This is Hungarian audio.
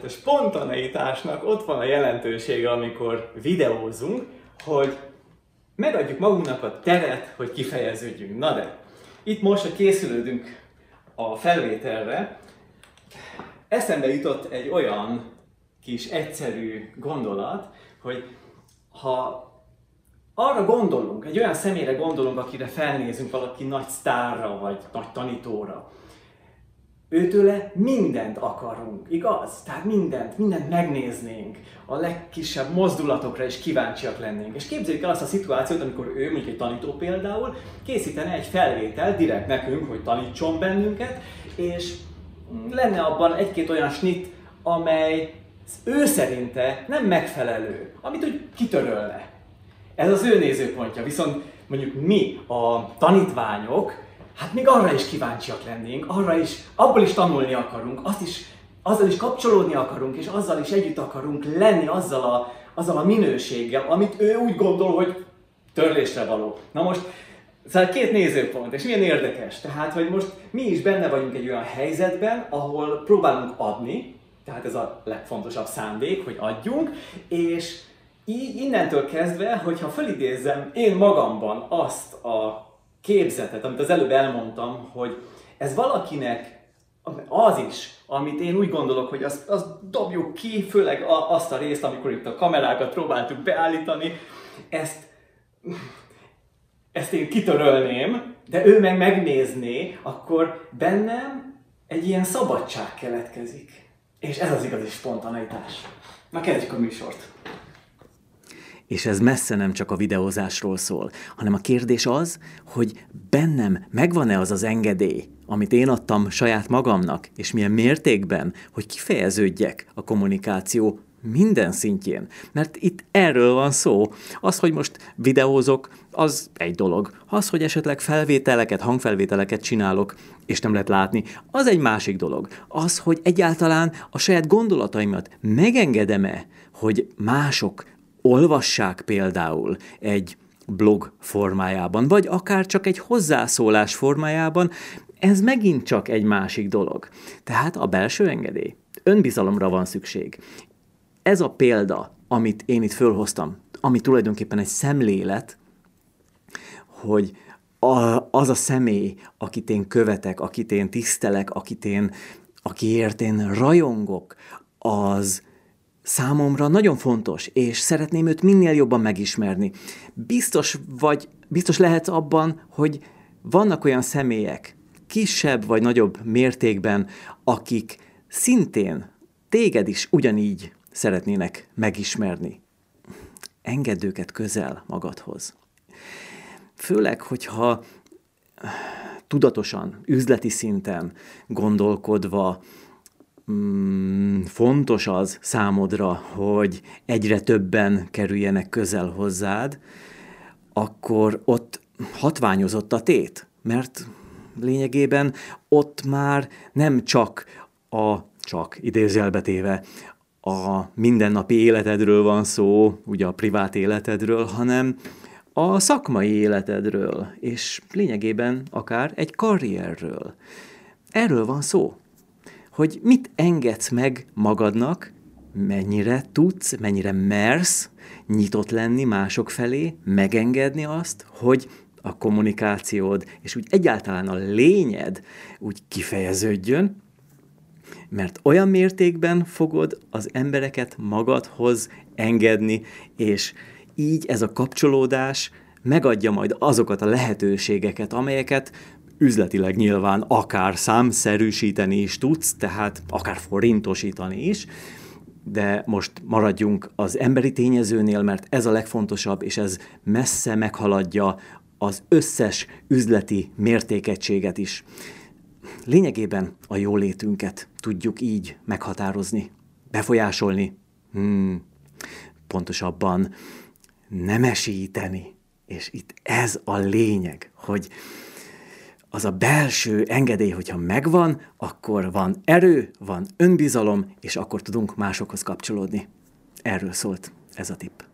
A spontaneitásnak ott van a jelentősége, amikor videózunk, hogy megadjuk magunknak a teret, hogy kifejeződjünk. Na de, itt most, hogy készülődünk a felvételre, eszembe jutott egy olyan kis egyszerű gondolat, hogy ha arra gondolunk, egy olyan személyre gondolunk, akire felnézünk, valaki nagy sztárra, vagy nagy tanítóra, őtőle mindent akarunk, igaz? Tehát mindent megnéznénk, a legkisebb mozdulatokra is kíváncsiak lennénk. És képzeljük el azt a szituációt, amikor ő, mondjuk egy tanító például, készítene egy felvételt direkt nekünk, hogy tanítson bennünket, és lenne abban egy-két olyan snit, amely ő szerinte nem megfelelő, amit úgy kitörölne. Ez az ő nézőpontja, viszont mondjuk mi, a tanítványok, hát még arra is kíváncsiak lennénk, abból is tanulni akarunk, azzal is kapcsolódni akarunk, és azzal is együtt akarunk lenni, azzal a minőséggel, amit ő úgy gondol, hogy törlésre való. Na most, szóval két nézőpont, és milyen érdekes. Tehát, hogy most mi is benne vagyunk egy olyan helyzetben, ahol próbálunk adni, tehát ez a legfontosabb szándék, hogy adjunk, és így innentől kezdve, hogyha felidézzem én magamban azt a képzetet, amit az előbb elmondtam, hogy ez valakinek az is, amit én úgy gondolok, hogy azt dobjuk ki, főleg azt a részt, amikor itt a kamerákat próbáltuk beállítani, ezt én kitörölném, de ő meg megnézné, akkor bennem egy ilyen szabadság keletkezik. És ez az igazi spontaneitás. Na, kezdjük a műsort. És ez messze nem csak a videózásról szól, hanem a kérdés az, hogy bennem megvan-e az az engedély, amit én adtam saját magamnak, és milyen mértékben, hogy kifejeződjek a kommunikáció minden szintjén. Mert itt erről van szó. Az, hogy most videózok, az egy dolog. Az, hogy esetleg hangfelvételeket csinálok, és nem lehet látni, az egy másik dolog. Az, hogy egyáltalán a saját gondolataimat megengedem-e, hogy mások olvassák például egy blog formájában, vagy akár csak egy hozzászólás formájában, ez megint csak egy másik dolog. Tehát a belső engedély. Önbizalomra van szükség. Ez a példa, amit én itt fölhoztam, ami tulajdonképpen egy szemlélet, hogy az a személy, akit én követek, akit én tisztelek, akiért én rajongok, az számomra nagyon fontos, és szeretném őt minél jobban megismerni. Biztos lehetsz abban, hogy vannak olyan személyek, kisebb vagy nagyobb mértékben, akik szintén téged is ugyanígy szeretnének megismerni. Engedd őket közel magadhoz. Főleg, hogyha tudatosan, üzleti szinten gondolkodva, fontos az számodra, hogy egyre többen kerüljenek közel hozzád, akkor ott hatványozott a tét, mert lényegében ott már nem csak idézőjelbe téve, a mindennapi életedről van szó, ugye a privát életedről, hanem a szakmai életedről, és lényegében akár egy karrierről. Erről van szó, hogy mit engedsz meg magadnak, mennyire tudsz, mennyire mersz nyitott lenni mások felé, megengedni azt, hogy a kommunikációd, és úgy egyáltalán a lényed úgy kifejeződjön, mert olyan mértékben fogod az embereket magadhoz engedni, és így ez a kapcsolódás megadja majd azokat a lehetőségeket, amelyeket üzletileg nyilván akár számszerűsíteni is tudsz, tehát akár forintosítani is, de most maradjunk az emberi tényezőnél, mert ez a legfontosabb, és ez messze meghaladja az összes üzleti mértékegységet is. Lényegében a jólétünket tudjuk így meghatározni, befolyásolni, pontosabban nemesíteni. És itt ez a lényeg, hogy az a belső engedély, hogyha megvan, akkor van erő, van önbizalom, és akkor tudunk másokhoz kapcsolódni. Erről szólt ez a tipp.